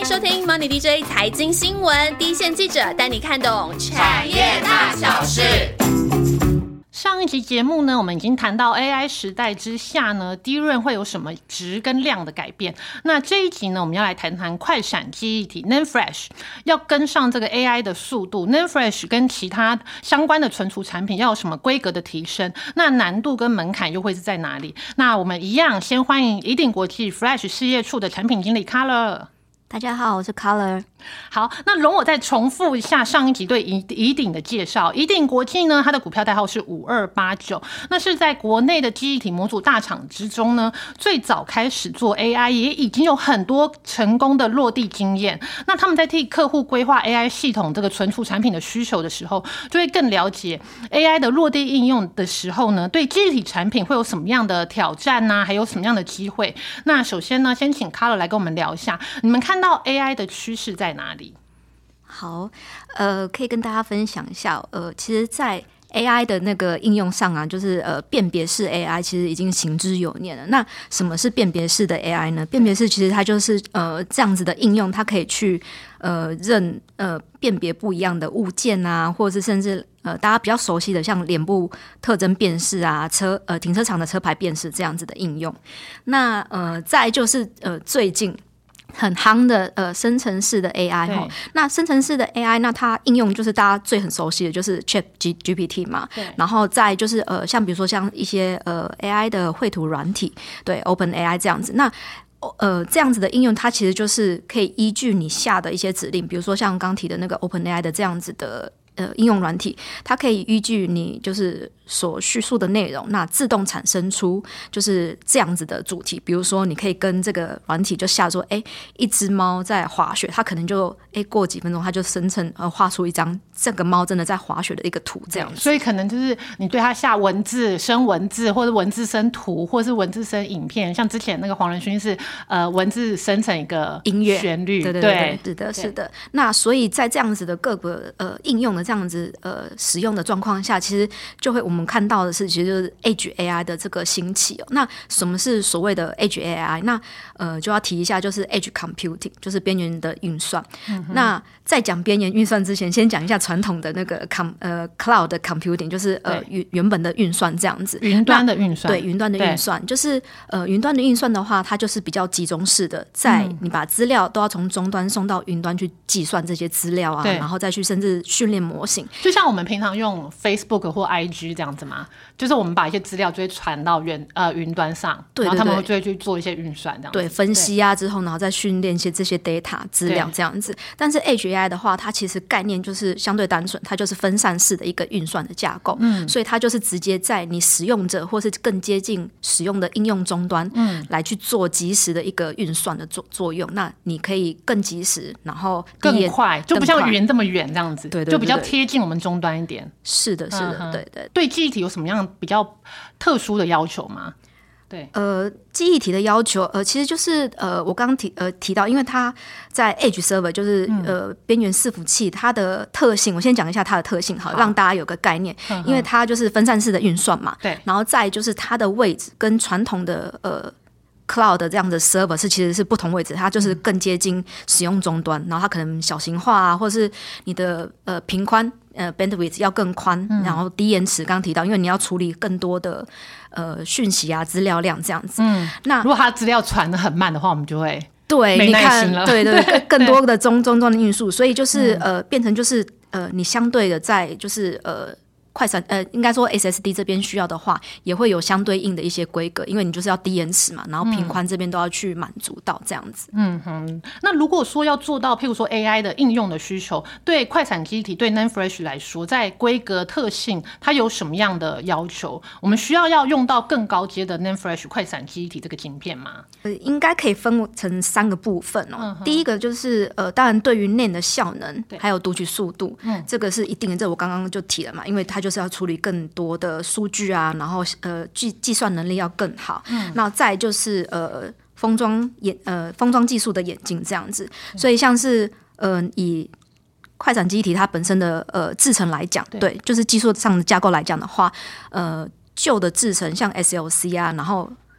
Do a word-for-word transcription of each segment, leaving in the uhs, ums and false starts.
收听 Money D J 财经新闻，第一线记者带你看懂产业大小事。 上一集节目呢，我们已经谈到 A I 时代之下呢，低润会有什么质跟量的改变。那这一集呢，我们要来谈谈快闪记忆体 NAND Flash 要跟上这个 A I 的速度 ，NAND Flash 跟其他相关的存储产品要有什么规格的提升？那难度跟门槛又会是在哪里？那我们一样先欢迎宜鼎国际 Flash 事业处的产品经理 Color。 大家好，我是 Color。 好，那容我再重复一下上一集对宜宜鼎的介绍。宜鼎国际呢，它的股票代号是五二八九，那是在国内的记忆体模组大厂之中呢，最早开始做 A I， 也已经有很多成功的落地经验。那他们在替客户规划 A I 系统这个存储产品的需求的时候，就会更了解 A I 的落地应用的时候呢，对记忆体产品会有什么样的挑战啊，还有什么样的机会。那首先呢，先请 Color 来跟我们聊一下，你们看到 A I 的趋势在哪里？ 好，呃，可以跟大家分享一下，呃，其实，在 A I 的那个应用上啊，就是呃，辨别式 A I 其实已经行之有年了。那什么是辨别式的 A I 呢？辨别式其实它就是呃这样子的应用，它可以去呃认呃辨别不一样的物件啊，或者是甚至呃大家比较熟悉的像脸部特征辨识啊、车呃停车场的车牌辨识这样子的应用。那呃再就是呃最近很夯的呃生成式的 A I 哈，那生成式的 A I， 那它应用就是大家最很熟悉的就是 Chat G P T 嘛，然后再就是呃像比如说像一些呃 A I 的绘图软体，对 Open A I 这样子，那呃这样子的应用，它其实就是可以依据你下的一些指令，比如说像刚提的那个 Open A I 的这样子的呃应用软体，它可以依据你就是所叙述的内容，那自动产生出就是这样子的主题。比如说，你可以跟这个软体就下说，哎，一只猫在滑雪，它可能就哎过几分钟，它就生成呃画出一张这个猫真的在滑雪的一个图，这样子。 所以可能就是你对它下文字、生文字，或者文字生图，或者是文字生影片。像之前那个黄仁勋是呃文字生成一个音乐旋律， 对对 对, 对，是的，是的。那所以在这样子的各个呃应用的这样子呃使用的状况下，其实就会我们看到的是，其实就是 Edge A I 的这个兴起哦。那什么是所谓的 Edge A I？ 那呃就要提一下，就是 Edge Computing， 就是边缘的运算。嗯、那在讲边缘运算之前，先讲一下传统的那个 com 呃 Cloud Computing， 就是呃原本的运算这样子。 云端的运算， 对，云端的运算，就是呃云端的运算的话，它就是比较集中式的，在你把资料都要从终端送到云端去计算这些资料啊，然后再去甚至训练模型。 就像我们平常用 Facebook 或 I G 这样子嘛，就是我们把一些资料就会传到云呃云端上， 对对对， 然后他们就会去做一些运算这样子， 对，分析啊之后，然后再训练一些这些 data 资料这样子。但是 Edge A I 的话，它其实概念就是相对单纯，它就是分散式的一个运算的架构，嗯，所以它就是直接在你使用者或是更接近使用的应用终端，嗯，来去做即时的一个运算的作作用。那你可以更及时，然后更快，就不像云这么远这样子， 对对对对， 就比较贴近我们终端一点。 是的，是的，嗯、对对。 对记忆体有什么样比较特殊的要求吗？对， 呃，记忆体的要求，呃，其实就是呃，我刚刚提呃提到，因为它在 Edge Server 就是呃边缘伺服器，它的特性，我先讲一下它的特性，好，让大家有个概念，嗯、因为它就是分散式的运算嘛， 对， 然后再就是它的位置跟传统的呃。Cloud 这样的 server 是其实是不同位置，它就是更接近使用终端，然后它可能小型化啊，或是你的呃频宽呃 bandwidth 要更宽，嗯、然后低延迟，刚刚提到，因为你要处理更多的呃讯息啊资料量这样子。嗯，那如果它资料传得很慢的话，我们就会对没耐心了。 你看，对对对，更多的中终端的运输，所以就是呃变成就是呃你相对的在就是呃。快闪呃，应该说 S S D 这边需要的话，也会有相对应的一些规格，因为你就是要低延迟嘛，然后频宽这边都要去满足到这样子。 嗯哼，那如果说要做到，譬如说 A I 的应用的需求，对快闪记忆体对 NAND Flash 来说，在规格特性它有什么样的要求？我们需要要用到更高阶的 NAND Flash 快闪记忆体这个晶片吗？ 呃，应该可以分成三个部分哦。嗯、第一个就是呃，当然对于 N A N D 的效能还有读取速度，嗯、这个是一定的，这我刚刚就提了嘛，因为它就是要处理更多的数据啊，然后呃计计算能力要更好。嗯，那再就是呃封装眼呃封装技术的演进这样子，所以像是呃以快闪记忆体它本身的呃制程来讲，对，对，就是技术上的架构来讲的话，呃旧的制程像 S L C 啊，然后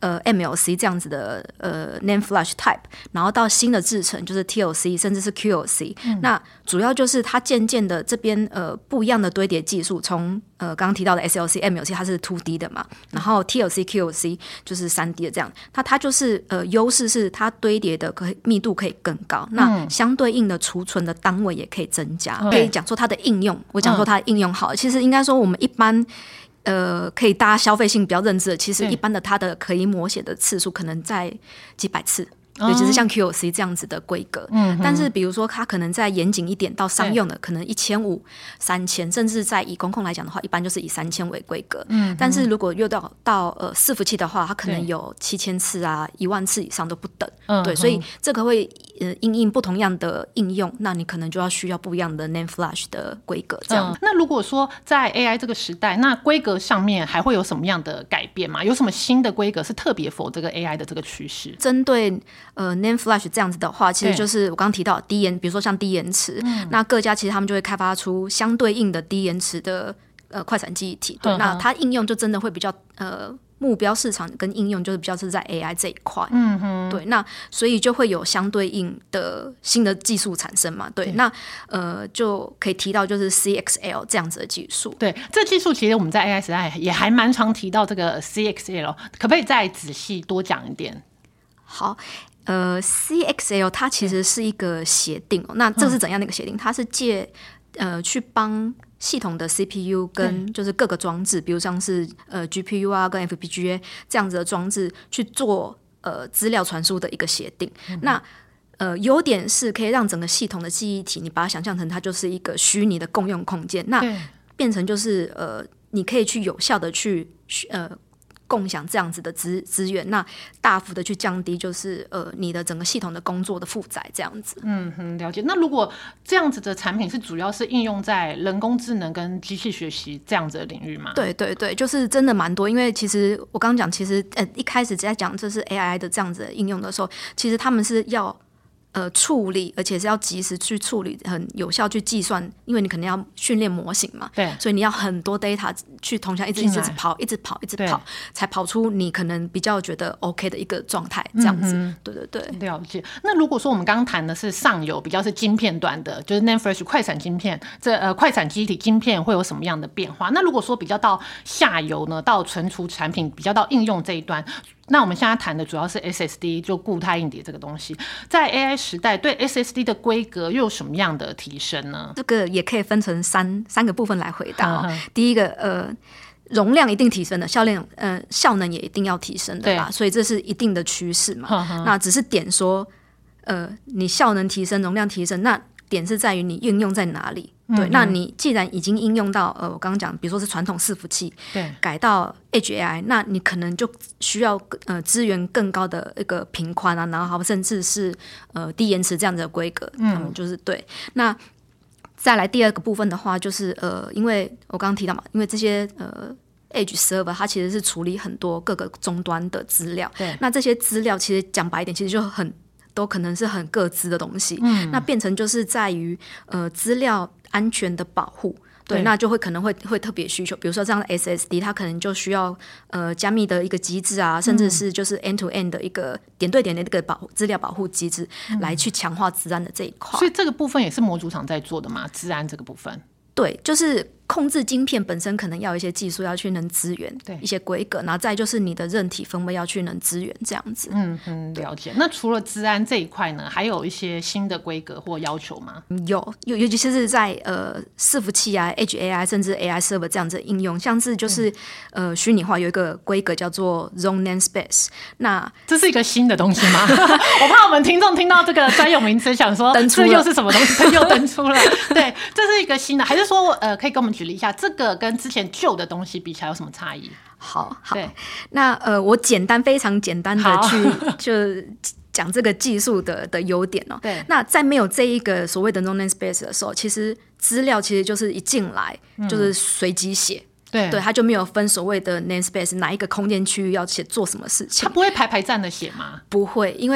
呃 M L C 这样子的呃 Name Flash Type， 然后到新的制程就是 T L C 甚至是 Q L C，嗯、那主要就是它渐渐的这边呃不一样的堆叠技术，从呃刚刚提到的 S L C、M L C 它是 二 D 的嘛，然后 T L C、Q L C 就是三 D 的这样，它它就是呃优势是它堆叠的可以密度可以更高，那相对应的储存的单位也可以增加，嗯、可以讲说它的应用，我讲说它的应用好，嗯、其实应该说我们一般。呃，可以大家消费性比较认知的，其实一般的它的可以摹写的次数可能在几百次，尤其是像 Q L C 这样子的规格。嗯，但是比如说它可能再严谨一点，到商用的可能一千五、三千，甚至在以工控来讲的话，一般就是以三千为规格。嗯，但是如果又到到呃伺服器的话，它可能有七千次啊、一万次以上都不等。嗯，对，所以这个会呃因应不同样的应用，那你可能就要需要不一样的 Name Flash 的规格这样、嗯。 那如果说在 A I 这个时代，那规格上面还会有什么样的改变吗？有什么新的规格是特别 for 这个 A I 的这个趋势？ 针对呃 Name Flash 这样子的话，其实就是我刚刚提到低延，比如说像低延迟、嗯，那各家其实他们就会开发出相对应的低延迟的呃快闪记忆体，对，嗯、那它应用就真的会比较呃。目标市场跟应用就是比较是在 A I 这一块，嗯哼，对，那所以就会有相对应的新的技术产生嘛，对，对那呃就可以提到就是 C X L 这样子的技术， 对，这技术其实我们在 A I 时代也还蛮常提到这个 C X L， 可不可以再仔细多讲一点？ 好。呃 ，C X L 它其实是一个协定、哦，那这是怎样的一个协定？它是借呃去帮系统的 C P U 跟就是各个装置，比如像是呃 G P U 啊跟 F P G A 这样子的装置去做呃资料传输的一个协定。嗯、那呃优点是可以让整个系统的记忆体，你把它想象成它就是一个虚拟的共用空间，那变成就是呃你可以去有效的去呃。共享这样子的资资源，那大幅的去降低就是呃你的整个系统的工作的负载这样子。 嗯哼，了解。那如果这样子的产品是主要是应用在人工智能跟机器学习这样子的领域吗？ 对对对，就是真的蛮多。因为其实我刚刚讲，其实呃一开始在讲这是 A I 的这样子的应用的时候，其实他们是要。呃，处理，而且是要及时去处理，很有效去计算，因为你可能要训练模型嘛， 对， 所以你要很多 data 去同时一直一直跑，一直跑，一直跑，才跑出你可能比较觉得 OK 的一个状态，这样子、嗯，对对对， 了解。那如果说我们刚刚谈的是上游比较是晶片端的，就是 Name Flash 快闪晶片，这呃快闪记忆体晶片会有什么样的变化？那如果说比较到下游呢，到存储产品，比较到应用这一端。那我们现在谈的主要是 S S D， 就固态硬碟这个东西，在 A I 时代对 S S D 的规格又有什么样的提升呢？ 这个也可以分成三三个部分来回答、哦。第一个，呃，容量一定提升的，效量呃效能也一定要提升的啦，所以这是一定的趋势嘛。那只是点说，呃，你效能提升，容量提升，那点是在于你应用在哪里。对，嗯嗯那你既然已经应用到呃，我刚刚讲，比如说是传统伺服器，对，改到 Edge A I， 那你可能就需要呃资源更高的一个频宽啊，然后甚至是呃低延迟这样子的规格，嗯，就是对。那再来第二个部分的话，就是呃，因为我刚刚提到嘛，因为这些呃。Edge Server 它其实是处理很多各个终端的资料，对，那这些资料其实讲白一点，其实就很都可能是很个资的东西，嗯，那变成就是在于呃资料安全的保护，对，对那就会可能会会特别需求，比如说这样的 S S D， 它可能就需要呃加密的一个机制啊，甚至是就是 end to end 的一个点对点的一个保资料保护机制，嗯，来去强化资安的这一块。 所以这个部分也是模组厂在做的嘛，资安这个部分。 对，就是控制晶片本身可能要有一些技术要去能支援一些规格，然后再就是你的韧体分位要去能支援这样子。 嗯嗯，了解。那除了资安这一块呢，还有一些新的规格或要求吗？ 有，尤尤其是在呃伺服器啊、Edge A I 甚至 A I Server 这样子的应用，像是就是、嗯、呃虚拟化有一个规格叫做 Zone Namespace。那这是一个新的东西吗？我怕我们听众听到这个专有名词，想说这又是什么东西？又登出了。对，这是一个新的，还是说呃可以跟我们举例一下，这个跟之前旧的东西比起来有什么差异？ 好好，那呃，我简单非常简单的去就讲这个技术的的优点哦。对，那在没有这一个所谓的 Zone Namespace 的时候，其实资料其实就是一进来、嗯、就是随机写。对, 对，它就没有分所谓的 namespace 哪一个空间区域要写做什么事情。 它不会排排站的写吗？ 不会，因为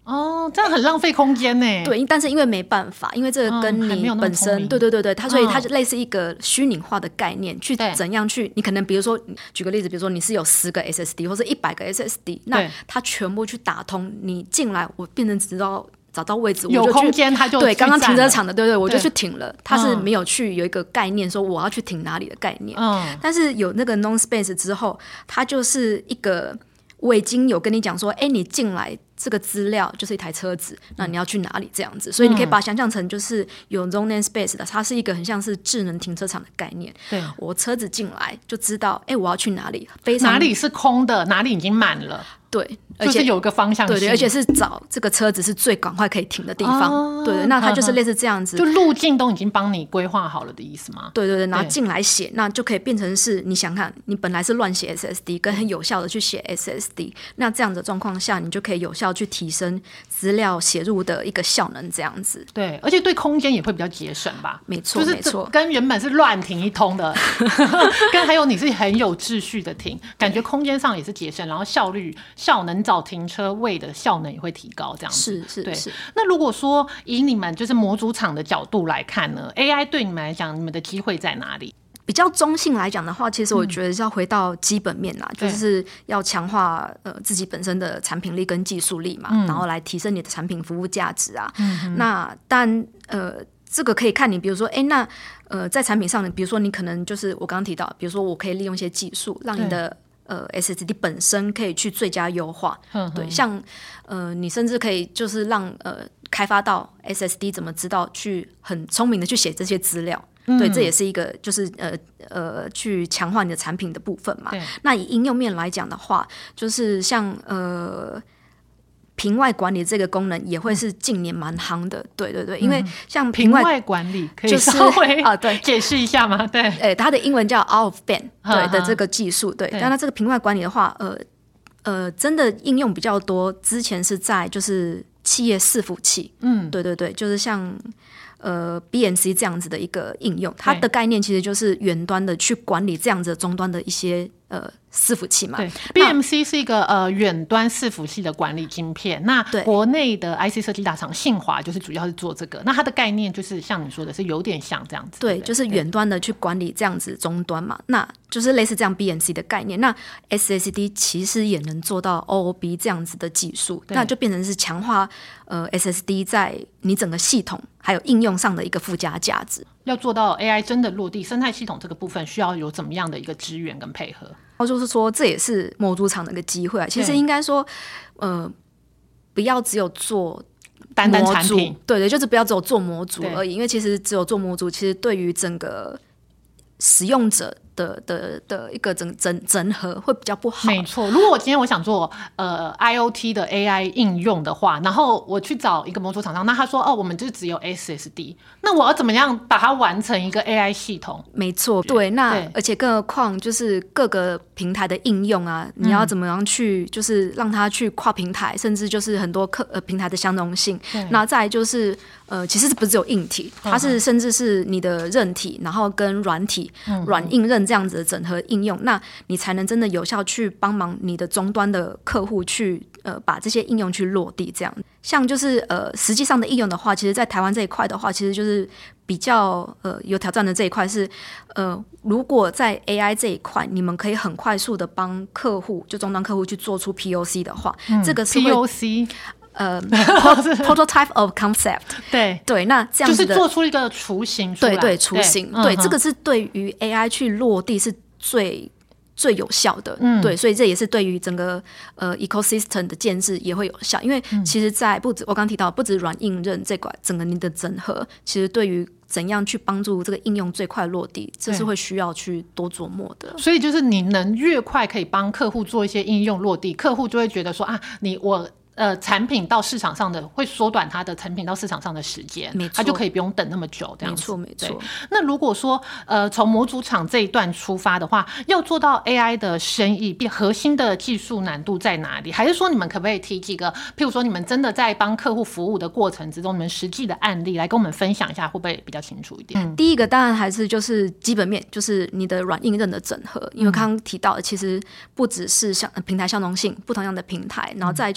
哦，这样很浪费空间呢。 对，但是因为没办法，因为这个跟你本身，嗯、对对对对，它所以它就类似一个虚拟化的概念，嗯、去怎样去，你可能比如说举个例子，比如说你是有十个 S S D 或者一百个 S S D， 那它全部去打通，你进来我变成知道。找到位置， 有空间它就对，刚刚停车场的，对对，我就去停了。它是没有去有一个概念说我要去停哪里的概念，嗯，但是有那个 known space 之后，它就是一个我已经有跟你讲说，哎，你进来这个资料就是一台车子，那你要去哪里这样子，所以你可以把它想象成就是有 known space 的，它是一个很像是智能停车场的概念。对，我车子进来就知道，哎，我要去哪里，非常哪里是空的，哪里已经满了。 对，而且就是有一个方向性， 对对，而且是找这个车子是最赶快可以停的地方，哦、对对，那它就是类似这样子， 就路径都已经帮你规划好了的意思吗？ 对对对，然后进来写，那就可以变成是你想看，你本来是乱写 S S D， 跟很有效的去写 S S D， 那这样的状况下，你就可以有效去提升资料写入的一个效能，这样子。 对，而且对空间也会比较节省吧？ 没错，没错， 跟原本是乱停一通的，跟还有你是很有秩序的停，感觉空间上也是节省，然后效率、效能找停车位的效能也会提高，这样子。 是是是。 那如果说以你们就是模组厂的角度来看呢 ，A I 对你们来讲，你们的机会在哪里？ 比较中性来讲的话，其实我觉得是要回到基本面啦，嗯、就是要强化呃自己本身的产品力跟技术力嘛，嗯、然后来提升你的产品服务价值啊。嗯、那但呃这个可以看你，比如说哎那呃在产品上，比如说你可能就是我刚刚提到，比如说我可以利用一些技术，让你的呃 S S D 本身可以去最佳优化。嗯、对，像呃你甚至可以就是让呃开发到 S S D 怎么知道去很聪明的去写这些资料。对，这也是一个就是呃呃去强化你的产品的部分嘛。那以应用面来讲的话，就是像呃屏外管理这个功能也会是近年蛮夯的。对对对，因为像屏外管理可以稍微啊对解释一下吗？对， 哎，它的英文叫 out of band 对的这个技术。对，但它这个屏外管理的话，呃呃，真的应用比较多。之前是在就是企业伺服器，嗯，对对对，就是像。呃 B M C 这样子的一个应用，它的概念其实就是远端的去管理这样子的终端的一些呃伺服器嘛。 对 ，B M C 是一个呃远端伺服器的管理晶片。那国内的 I C 设计大厂信华就是主要是做这个。那它的概念就是像你说的是有点像这样子。 对，对就是远端的去管理这样子终端嘛。那就是类似这样 B M C 的概念。那 S S D 其实也能做到 O O B 这样子的技术，那就变成是强化呃 S S D 在你整个系统还有应用上的一个附加价值。 要做到 A I 真的落地生态系统这个部分，需要有怎么样的一个支援跟配合？ 就是说，这也是模组厂的一个机会啊。其实应该说，呃，不要只有做单单产品， 对对，就是不要只有做模组而已。因为其实只有做模组，其实对于整个使用者的的的一个整整整合会比较不好。 没错，如果我今天我想做呃 I O T 的 A I 应用的话，然后我去找一个模组厂商，那他说哦，我们就只有 S S D， 那我要怎么样把它完成一个 A I 系统？ 没错，对，那对而且更何况就是各个平台的应用啊，你要怎么样去就是让它去跨平台，甚至就是很多客呃平台的相容性。那再来就是呃，其实不是只有硬体，它是甚至是你的韧体，然后跟软体、软硬韧这样子的整合应用，那你才能真的有效去帮忙你的终端的客户去呃把这些应用去落地。这样，像就是呃实际上的应用的话，其实在台湾这一块的话，其实就是比较呃有挑战的这一块是呃，如果在 A I 这一块，你们可以很快速的帮客户就终端客户去做出 P O C 的话，嗯、这个是会 P O C。 呃 prototype of concept 对对，那这样子的就是做出一个雏形出来， 对对雏形 对, 对、嗯、这个是对于 A I 去落地是最最有效的、嗯、对，所以这也是对于整个呃 ecosystem 的建制也会有效，因为其实在不止我刚提到不止软硬韧这块整个你的整合，其实对于怎样去帮助这个应用最快落地，这是会需要去多琢磨的。 所以就是你能越快可以帮客户做一些应用落地，客户就会觉得说啊，你我呃，产品到市场上的会缩短它的产品到市场上的时间，它就可以不用等那么久，这样子。 没错，没错。 那如果说呃，从模组厂这一段出发的话，要做到 A I 的生意，核心的技术难度在哪里？还是说你们可不可以提几个，譬如说你们真的在帮客户服务的过程之中，你们实际的案例来跟我们分享一下，会不会比较清楚一点？ 嗯、第一个当然还是就是基本面，就是你的软硬韧的整合，因为刚刚提到的其实不只是像平台相容性，不同样的平台，然后再来就是你的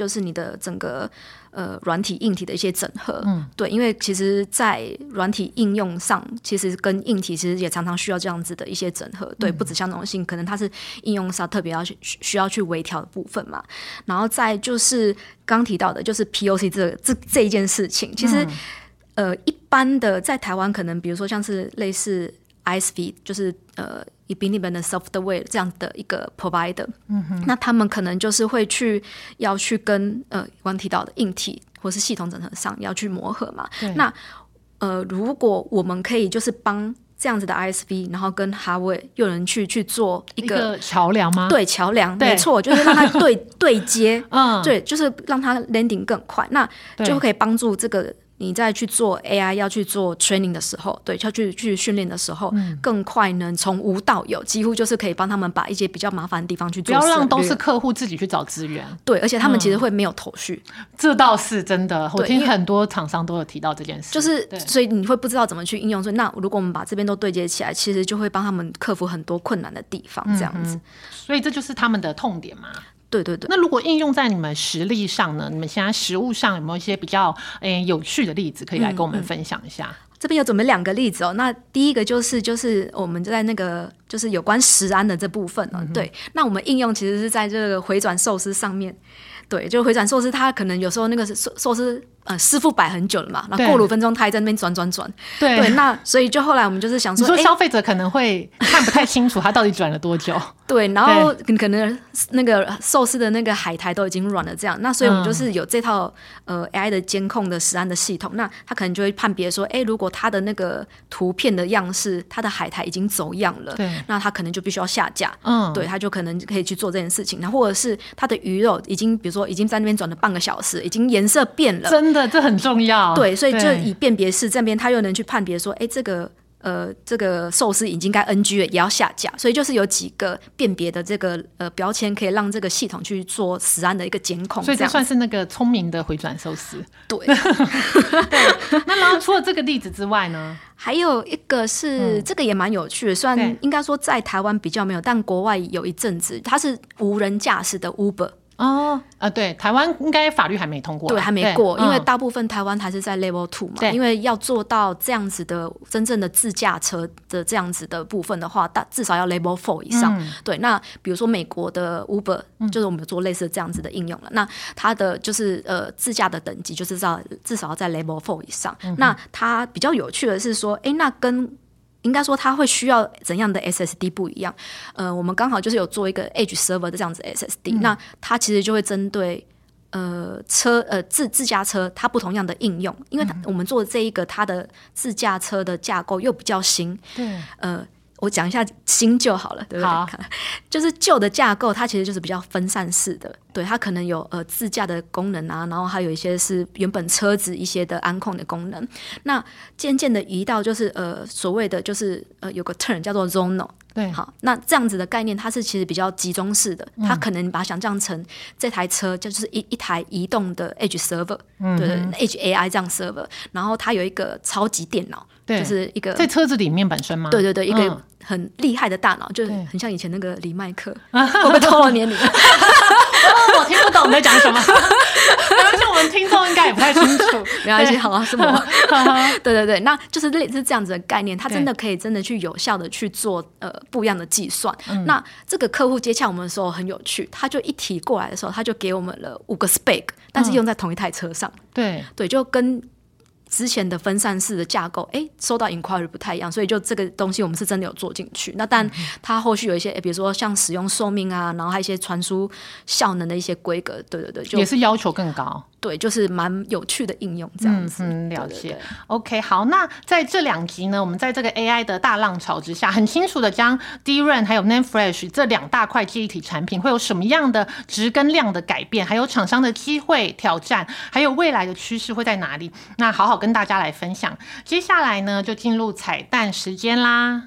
的整个呃软体硬体的一些整合。嗯，对，因为其实在软体应用上，其实跟硬体其实也常常需要这样子的一些整合。对，不止相容性，可能它是应用上特别要需要去微调的部分嘛。然后再就是刚提到的，就是 P O C 这这这一件事情，其实、嗯、呃一般的在台湾可能比如说像是类似 I S V， 就是呃 independent software 这样的一个 provider，嗯哼，那他们可能就是会去要去跟呃刚提到的硬体或是系统整合上要去磨合嘛。那呃如果我们可以就是帮这样子的 I S V， 然后跟 hardware 又能去去做一个, 一个桥梁吗？ 对，桥梁，没错，就是让它对对接，嗯，对，就是让它 landing 更快，那就可以帮助这个。你在去做 A I 要去做 training 的时候，对，要去去训练的时候、嗯，更快能从无到有，几乎就是可以帮他们把一些比较麻烦的地方去做， 不要让都是客户自己去找资源。 对，而且他们其实会没有头绪， 嗯、这倒是真的。我听很多厂商都有提到这件事， 就是所以你会不知道怎么去应用。所以那如果我们把这边都对接起来，其实就会帮他们克服很多困难的地方，这样子。嗯、 所以这就是他们的痛点嘛。 对对对， 那如果应用在你们实力上呢？你们现在实务上有没有一些比较、欸、有趣的例子可以来跟我们分享一下？嗯嗯， 这边有准备两个例子哦。那第一个就是就是我们在那个就是有关食安的这部分哦、嗯。对，那我们应用其实是在这个回转寿司上面。对，就回转寿司，它可能有时候那个寿寿司呃师傅摆很久了嘛，然后过五分钟，他还在那边转转转。对对，那所以就后来我们就是想说， 你说消费者可能会看不太清楚他到底转了多久。 对，然后可能那个寿司的那个海苔都已经软了，这样，那所以我们就是有这套、嗯、呃 A I 的监控的食安的系统，那他可能就会判别说，哎，如果他的那个图片的样式，他的海苔已经走样了，对，那他可能就必须要下架。嗯，对，他就可能可以去做这件事情，然后或者是他的鱼肉已经，比如说已经在那边转了半个小时，已经颜色变了， 真的这很重要。 对，所以就以辨别式这边，他又能去判别说，哎，这个。呃，这个寿司已经该 N G 了，也要下架，所以就是有几个辨别的这个呃标签，可以让这个系统去做食安的一个监控， 所以这算是那个聪明的回转寿司。 对， 对。那然后除了这个例子之外呢， 还有一个是、嗯、这个也蛮有趣的，虽然应该说在台湾比较没有，但国外有一阵子，它是无人驾驶的 Uber。 哦，呃，对，台湾应该法律还没通过， 对，还没过，因为大部分台湾还是在 Level 二嘛，因为要做到这样子的真正的自驾车的这样子的部分的话，大至少要 Level 四以上、嗯。对，那比如说美国的 Uber，、嗯、就是我们做类似这样子的应用了，那它的就是呃自驾的等级就是要至少要在 Level 四以上、嗯。那它比较有趣的是说，哎，那跟应该说它会需要怎样的 S S D 不一样，呃，我们刚好就是有做一个 Edge Server 的这样子的 S S D，、嗯、那它其实就会针对呃车呃自自驾车它不同样的应用，因为我们做的这一个它的自驾车的架构又比较新，对，呃。我讲一下新旧好了，对不对？好，就是旧的架构，它其实就是比较分散式的，对，它可能有呃自驾的功能啊，然后还有一些是原本车子一些的安控的功能。那渐渐的移到就是呃所谓的就是呃有个 term 叫做 Zonal。对，好，那这样子的概念，它是其实比较集中式的，它可能把它想象成这台车就是一一台移动的 Edge Server，、嗯、对对 ，Edge A I 这样 Server， 然后它有一个超级电脑，对，就是一个在车子里面本身吗？ 对对对，一个很厉害的大脑，就很像以前那个李麦克，会不会透露年龄？ 我听不懂你在讲什么，而且我们听众应该也不太清楚。 没关系，好啊，是我。对对对，那就是类似这样子的概念，它真的可以真的去有效的去做呃不一样的计算、嗯。那这个客户接洽我们的时候很有趣，他就一提过来的时候，他就给我们了五个 spec， 但是用在同一台车上。嗯、对对，就跟之前的分散式的架构，哎，收到 inquiry 不太一样，所以就这个东西我们是真的有做进去。那但它后续有一些，比如说像使用寿命啊，然后还有一些传输效能的一些规格，对对对，就也是要求更高。 对，就是蛮有趣的应用这样子。 嗯，嗯了解。 对对对 OK， 好，那在这两集呢，我们在这个 A I 的大浪潮之下，很清楚的将 D RAM 还有 NAND Flash 这两大块记忆体产品会有什么样的质跟量的改变，还有厂商的机会、挑战，还有未来的趋势会在哪里？那好好跟大家来分享。接下来呢，就进入彩蛋时间啦。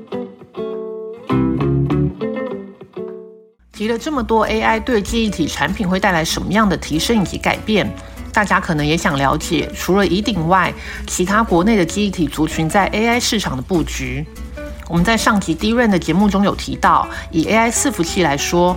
提了这么多 A I 对记忆体产品会带来什么样的提升以及改变，大家可能也想了解，除了宜鼎外，其他国内的记忆体族群在 A I 市场的布局。我们在上集 D RAM 的节目中有提到，以 A I 伺服器来说，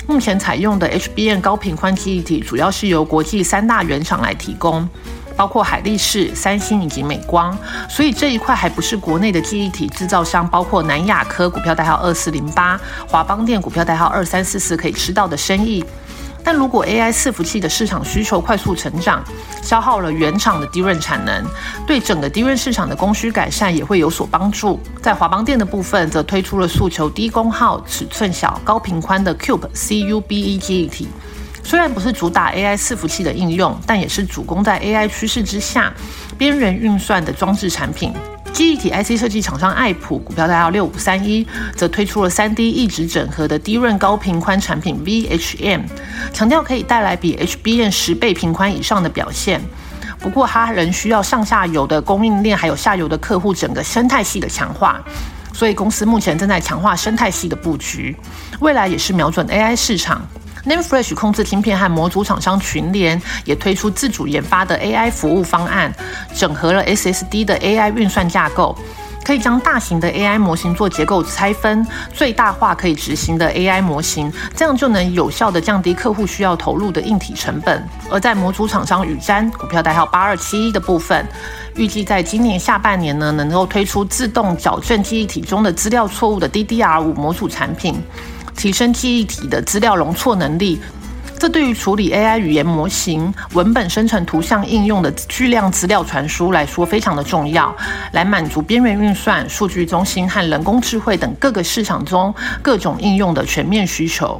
目前采用的 H B M 高频宽记忆体主要是由国际三大原厂来提供，包括海力士、三星以及美光，所以这一块还不是国内的记忆体制造商，包括南亚科股票代号二四零八、华邦电股票代号二三四四可以吃到的生意。但如果 A I 伺服器的市场需求快速成长，消耗了原厂的 D R A M 产能，对整个 D R A M 市场的供需改善也会有所帮助。在华邦电的部分，则推出了诉求低功耗、尺寸小、高频宽的 Cube C U B E 记忆体。虽然不是主打 A I 伺服器的应用，但也是主攻在 A I 趋势之下边缘运算的装置产品。记忆体 I C 设计厂商爱普股票代号六五三一，则推出了 三 D 异质整合的 D R A M 高频宽产品 V H M， 强调可以带来比 H B M 十倍频宽以上的表现。不过它仍需要上下游的供应链还有下游的客户整个生态系的强化，所以公司目前正在强化生态系的布局，未来也是瞄准 A I 市场。NAND控制晶片和模组厂商群联也推出自主研发的 A I 服务方案，整合了 S S D 的 A I 运算架构，可以将大型的 A I 模型做结构拆分，最大化可以执行的 A I 模型，这样就能有效地降低客户需要投入的硬体成本。而在模组厂商宇瞻股票代号八二七一的部分，预计在今年下半年呢，能够推出自动矫正记忆体中的资料错误的 D D R 五 模组产品，提升记忆体的资料容错能力。这对于处理 A I 语言模型、文本生成图像应用的巨量资料传输来说非常的重要，来满足边缘运算、数据中心和人工智慧等各个市场中各种应用的全面需求。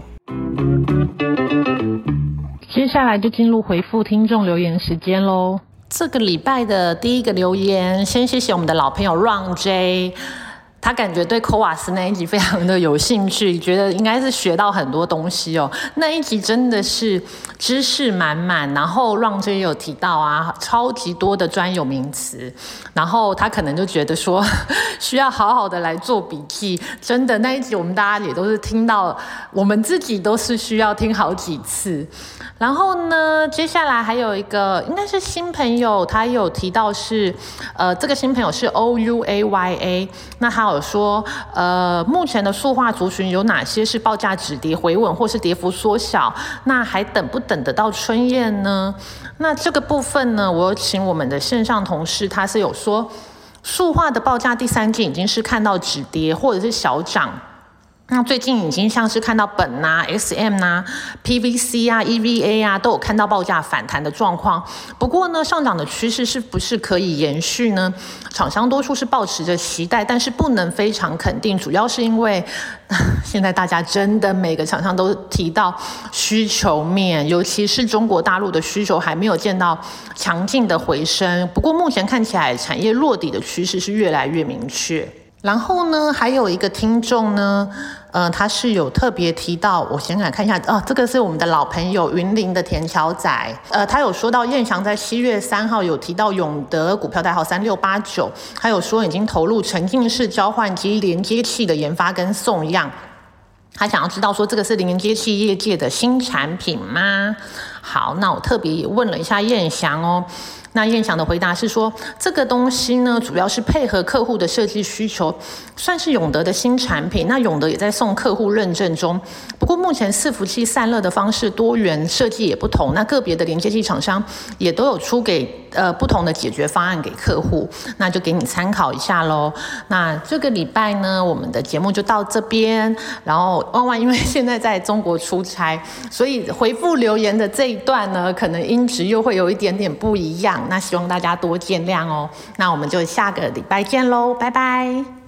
接下来就进入回复听众留言时间咯。这个礼拜的第一个留言，先谢谢我们的老朋友 Ron J，他感觉对 C O A S 那一集非常的有兴趣，觉得应该是学到很多东西哦。那一集真的是知识满满，然后让这也有提到啊，超级多的专有名词，然后他可能就觉得说需要好好的来做笔记。真的那一集我们大家也都是听到，我们自己都是需要听好几次。然后呢，接下来还有一个应该是新朋友，他有提到是呃，这个新朋友是 O U A Y A， 那他有说呃，目前的塑化族群有哪些是报价止跌回稳或是跌幅缩小，那还等不等得到春燕呢？那这个部分呢，我有请我们的线上同事，他是有说塑化的报价第三季已经是看到止跌或者是小涨，那最近已经像是看到苯啊、S M 啊、P V C 啊、E V A 啊都有看到报价反弹的状况。不过呢，上涨的趋势是不是可以延续呢？厂商多数是抱持着期待，但是不能非常肯定，主要是因为现在大家真的每个厂商都提到需求面，尤其是中国大陆的需求还没有见到强劲的回升。不过目前看起来产业落底的趋势是越来越明确。然后呢，还有一个听众呢，呃，他是有特别提到，我先来看一下，哦，这个是我们的老朋友云林的田桥仔，呃，他有说到彦翔在七月三号有提到永德股票代号三六八九，还有说已经投入沉浸式交换机连接器的研发跟送样。他想要知道说这个是连接器业界的新产品吗？好，那我特别也问了一下彦翔哦。那彦翔的回答是说，这个东西呢，主要是配合客户的设计需求，算是永德的新产品。那永德也在送客户认证中。不过目前伺服器散热的方式多元，设计也不同。那个别的连接器厂商也都有出给呃不同的解决方案给客户，那就给你参考一下咯。那这个礼拜呢，我们的节目就到这边。然后万万因为现在在中国出差，所以回复留言的这一段呢，可能音质又会有一点点不一样。那希望大家多见谅哦。那我们就下个礼拜见喽，拜拜。